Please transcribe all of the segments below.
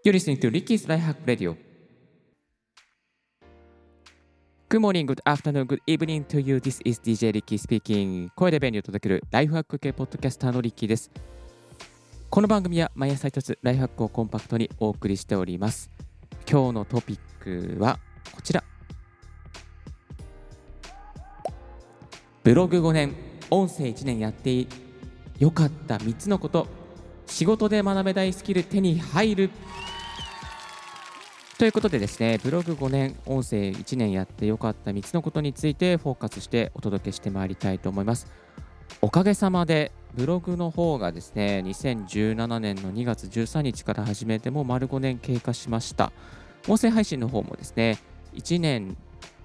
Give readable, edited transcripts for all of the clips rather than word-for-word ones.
You're listening to Ricky's Life Hack Radio. Good morning, good afternoon, good evening to you. This is DJ Ricky speaking. 声で便利を届けるライフハック系ポッドキャスターのリッキーです。この番組は毎朝一つライフハックをコンパクトにお送りしております。今日のトピックはこちら。ブログ5年、音声1年やってよかった3つのこと、仕事で学べないスキル手に入る。ということでですね、ブログ5年、音声1年やってよかった3つのことについてフォーカスしてお届けしてまいりたいと思います。おかげさまでブログの方がですね、2017年の2月13日から始めても丸5年経過しました。音声配信の方もですね、1年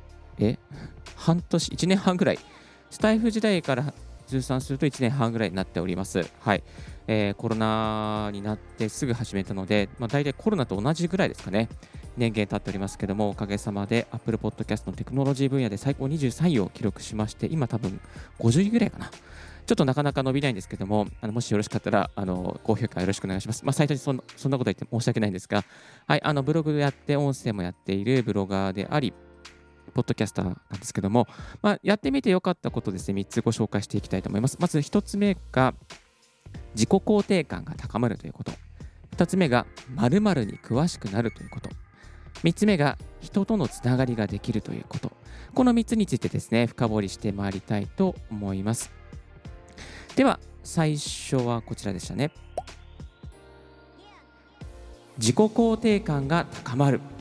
半ぐらい、スタイフ時代から通算すると1年半ぐらいになっております。はい。コロナになってすぐ始めたので、大体コロナと同じぐらいですかね。年限経っておりますけども、おかげさまで Apple Podcast のテクノロジー分野で最高23位を記録しまして、今多分50位ぐらいかな。ちょっとなかなか伸びないんですけども、もしよろしかったら高評価よろしくお願いします。最初にそんなこと言って申し訳ないんですが、はい、ブログやって音声もやっているブロガーであり、ポッドキャスターなんですけども、やってみてよかったことですね、3つご紹介していきたいと思います。まず1つ目が自己肯定感が高まるということ。2つ目が〇〇に詳しくなるということ。3つ目が人とのつながりができるということ。この3つについてですね、深掘りしてまいりたいと思います。では、最初はこちらでしたね。自己肯定感が高まる。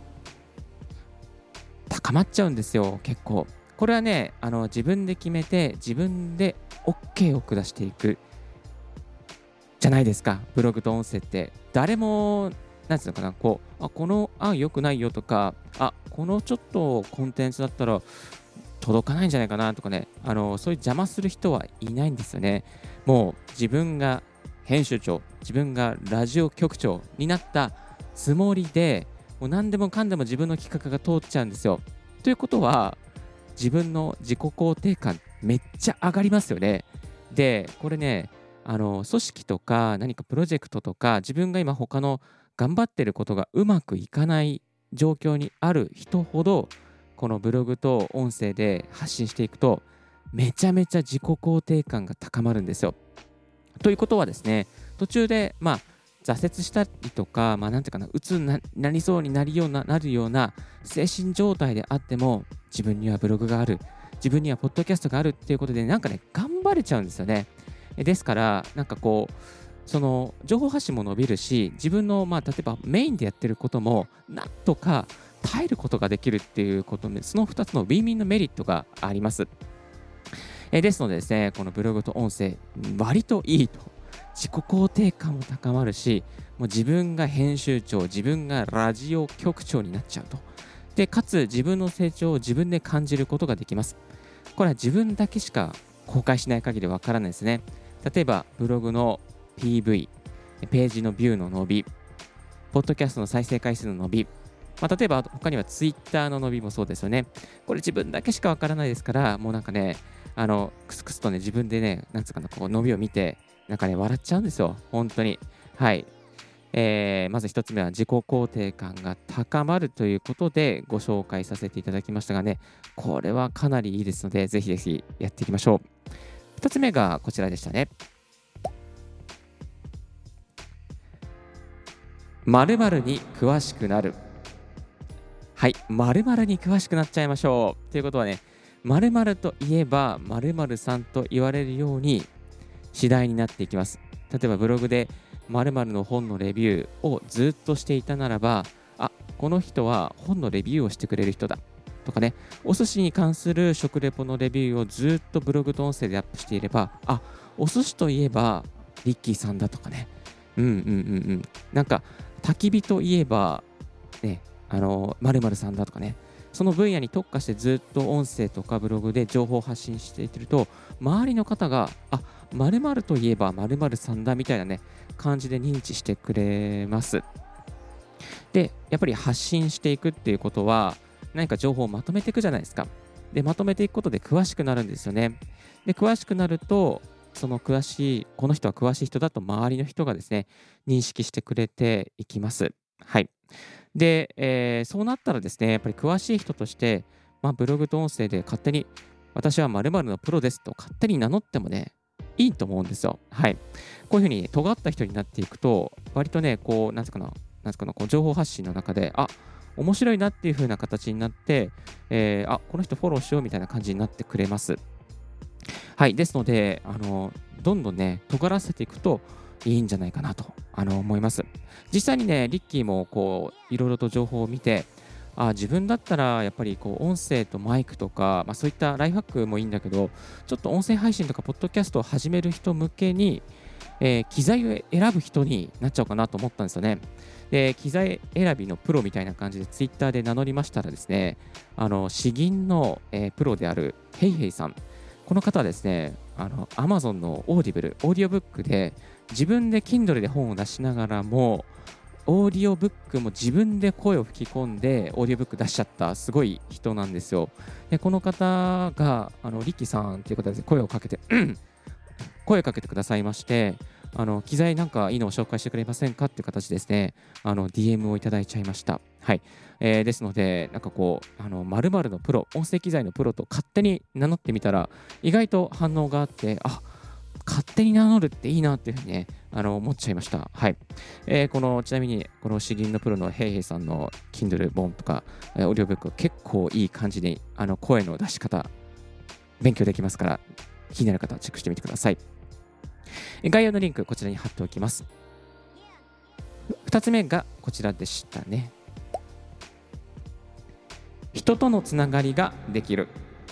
高まっちゃうんですよ、結構。これはね、自分で決めて、自分で OK を下していくじゃないですか、ブログと音声って。誰もなんていうのかな、この案良くないよとか、このちょっとコンテンツだったら届かないんじゃないかなとかね、そういう邪魔する人はいないんですよね。もう自分が編集長、自分がラジオ局長になったつもりで、もう何でもかんでも自分の企画が通っちゃうんですよ。ということは、自分の自己肯定感めっちゃ上がりますよね。で、これね、組織とか何かプロジェクトとか、自分が今他の頑張ってることがうまくいかない状況にある人ほど、このブログと音声で発信していくとめちゃめちゃ自己肯定感が高まるんですよ。ということはですね、途中で挫折したりとか、なんていうかな、鬱になりそうになるような精神状態であっても、自分にはブログがある、自分にはポッドキャストがあるっていうことで、頑張れちゃうんですよね。ですからその情報発信も伸びるし、自分の例えばメインでやってることもなんとか耐えることができるっていうことで、その2つのウィンウィンのメリットがあります。ですのでですね、このブログと音声割といいと、自己肯定感も高まるし、もう自分が編集長、自分がラジオ局長になっちゃうと。でかつ自分の成長を自分で感じることができます。これは自分だけしか公開しない限りわからないですね。例えばブログの PV、ページのビューの伸び、ポッドキャストの再生回数の伸び、例えば他にはツイッターの伸びもそうですよね。これ自分だけしかわからないですから、もうクスクスとね、自分でね、伸びを見て、笑っちゃうんですよ、本当に。はい。まず一つ目は自己肯定感が高まるということでご紹介させていただきましたがね、これはかなりいいですので、ぜひぜひやっていきましょう。二つ目がこちらでしたね。〇〇に詳しくなる。はい、〇〇に詳しくなっちゃいましょう。ということはね、〇〇といえば〇〇さんと言われるように次第になっていきます。例えばブログで〇〇の本のレビューをずっとしていたならば、この人は本のレビューをしてくれる人だとかね、お寿司に関する食レポのレビューをずっとブログと音声でアップしていれば、お寿司といえばリッキーさんだとかね、焚き火といえばね、〇〇さんだとかね、その分野に特化してずっと音声とかブログで情報を発信していってると、周りの方が〇〇といえば〇〇さんだみたいなね感じで認知してくれます。で、やっぱり発信していくっていうことは何か情報をまとめていくじゃないですか。で、まとめていくことで詳しくなるんですよね。で、詳しくなると、この人は詳しい人だと周りの人がですね、認識してくれていきます。 はい。で、そうなったらですね、やっぱり詳しい人として、ブログと音声で勝手に、私は〇〇のプロですと勝手に名乗ってもね、いいと思うんですよ。はい。こういうふうに尖った人になっていくと、割とね、こう、なんつうかな、こう情報発信の中で、面白いなっていう風な形になって、この人フォローしようみたいな感じになってくれます。はい。ですので、どんどんね、尖らせていくといいんじゃないかなと、思います。実際にね、リッキーもこう、いろいろと情報を見て、自分だったらやっぱりこう、音声とマイクとか、そういったライフハックもいいんだけど、ちょっと音声配信とかポッドキャストを始める人向けに、機材を選ぶ人になっちゃおうかなと思ったんですよね。で、機材選びのプロみたいな感じでツイッターで名乗りましたらですね、詩吟の、プロであるヘイヘイさん、この方はですね、Amazon のオーディブル、オーディオブックで、自分で Kindle で本を出しながらも、オーディオブックも自分で声を吹き込んで、オーディオブック出しちゃったすごい人なんですよ。で、この方が、リッキーさんっていう方で声をかけて声かけてくださいまして、機材なんかいいのを紹介してくれませんかっていう形ですね、DM をいただいちゃいました。はい。ですので、なんかこう、〇〇のプロ、音声機材のプロと勝手に名乗ってみたら、意外と反応があって、勝手に名乗るっていいなっていうふうにね、思っちゃいました。はい。ちなみに、この詩吟のプロのヘイヘイさんの Kindle 本とか、オーディオブック結構いい感じに、声の出し方、勉強できますから、気になる方はチェックしてみてください。概要のリンク、こちらに貼っておきます。2つ目がこちらでしたね。人とのつながりができる。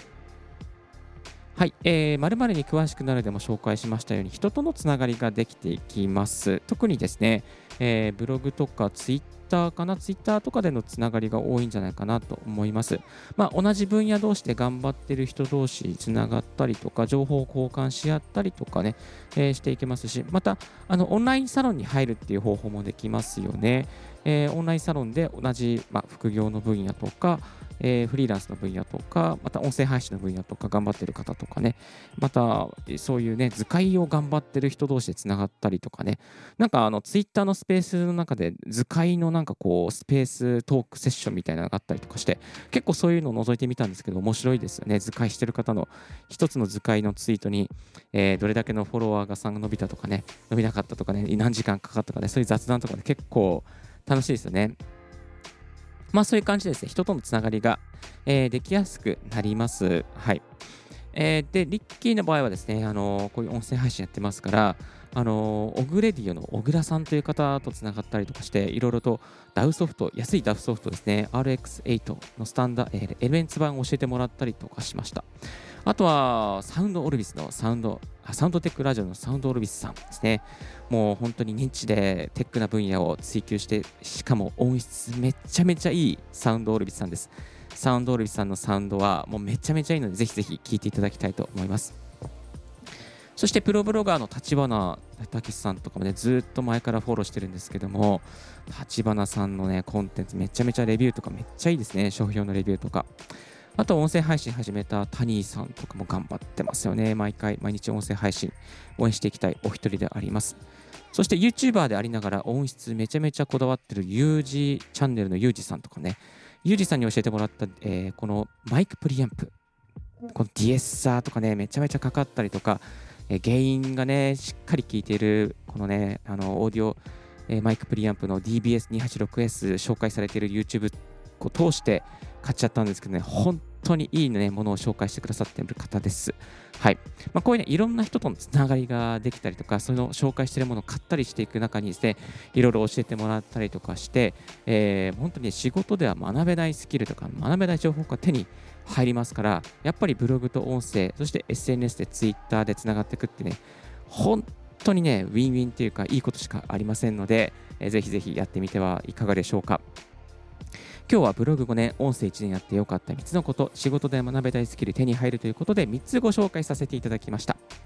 はい、〇〇に詳しくなるでも紹介しましたように、人とのつながりができていきます。特にですね、ブログとかツイッターかな、ツイッターとかでのつながりが多いんじゃないかなと思います。同じ分野同士で頑張ってる人同士つながったりとか、情報を交換し合ったりとかね、していけますし、また、オンラインサロンに入るっていう方法もできますよね。オンラインサロンで同じ、副業の分野とか、フリーランスの分野とか、また音声配信の分野とか頑張ってる方とかね、またそういうね、図解を頑張ってる人同士でつながったりとかね、なんかツイッターのスペースの中で図解のなんかこう、スペーストークセッションみたいなのがあったりとかして、結構そういうのを覗いてみたんですけど、面白いですよね。図解してる方の一つの図解のツイートに、どれだけのフォロワーがさんが伸びたとかね、伸びなかったとかね、何時間かかったとかね、そういう雑談とかね、結構楽しいですよね。そういう感じでですね、人とのつながりが、できやすくなります。はい。で、リッキーの場合はですね、こういう音声配信やってますから、オグレディオの小倉さんという方とつながったりとかして、いろいろと DAW ソフト、安い DAW ソフトですね、RX8 のスタンダ、エレメンツ版を教えてもらったりとかしました。あとは、サウンドオルビスのサウンドテックラジオのサウンドオルビスさんですね。もう本当にニッチでテックな分野を追求して、しかも音質めちゃめちゃいいサウンドオルビスさんです。サウンドオルビスさんのサウンドはもうめちゃめちゃいいので、ぜひぜひ聴いていただきたいと思います。そしてプロブロガーの立花武さんとかもね、ずっと前からフォローしてるんですけども、立花さんのね、コンテンツめちゃめちゃレビューとかめっちゃいいですね。商標のレビューとか。あと、音声配信始めたタニーさんとかも頑張ってますよね。毎日音声配信応援していきたいお一人であります。そして YouTuber でありながら音質めちゃめちゃこだわってるユージチャンネルのユージさんとかね、ユージさんに教えてもらった、このマイクプリアンプ、このディエッサーとかね、めちゃめちゃかかったりとか、原因がね、しっかり効いている、このね、オーディオ、マイクプリアンプの DBS286S 紹介されている YouTube を通して買っちゃったんですけどね、本当にいいね、ものを紹介してくださっている方です。はい。こういうね、いろんな人とのつながりができたりとか、そういうのを紹介しているものを買ったりしていく中にですね、いろいろ教えてもらったりとかして、本当に、ね、仕事では学べないスキルとか、学べない情報が手に入りますから、やっぱりブログと音声、そして SNS で Twitter でつながっていくってね、本当にね、ウィンウィンというか、いいことしかありませんので、ぜひぜひやってみてはいかがでしょうか。今日はブログ5年、音声1年やってよかった3つのこと、仕事で学べたいスキル手に入るということで3つご紹介させていただきました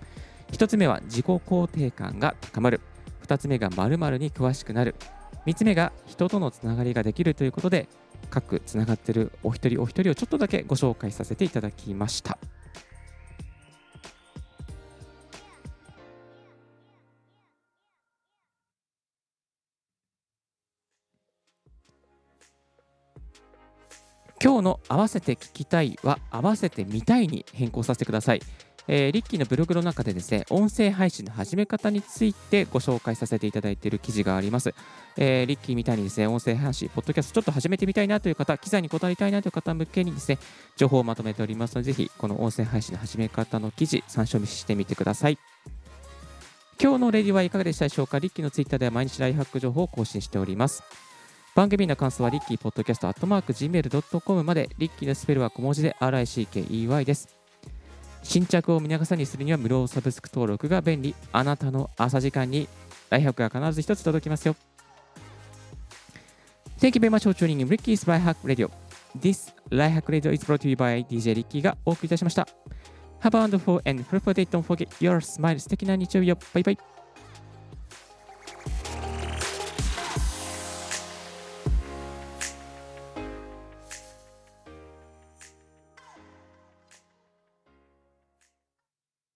。1つ目は自己肯定感が高まる。2つ目が〇〇に詳しくなる。3つ目が人とのつながりができるということで、各つながっているお一人お一人をちょっとだけご紹介させていただきました。 今日の合わせて聞きたいは合わせて見たいに変更させてください。リッキーのブログの中でですね、音声配信の始め方についてご紹介させていただいている記事があります。リッキーみたいにですね、音声配信、ポッドキャストちょっと始めてみたいなという方、機材に答えたいなという方向けにですね、情報をまとめておりますので、ぜひこの音声配信の始め方の記事、参照してみてください。今日のレディはいかがでしたでしょうか。リッキーのツイッターでは毎日ライフハック情報を更新しております。番組の感想はリッキーポッドキャスト@gmail.com まで。リッキーのスペルは小文字で RICKEY です。新着を見逃さにするには無料サブスク登録が便利。あなたの朝時間にライフハックが必ず一つ届きますよ。Thank you very much for tuning in Ricky's Life Hack Radio。This Life Hack Radio is brought to you by DJ リッキーがお送りいたしました。Have a wonderful and fruitful day. Don't forget your smile. 素敵な日曜日を。バイバイ。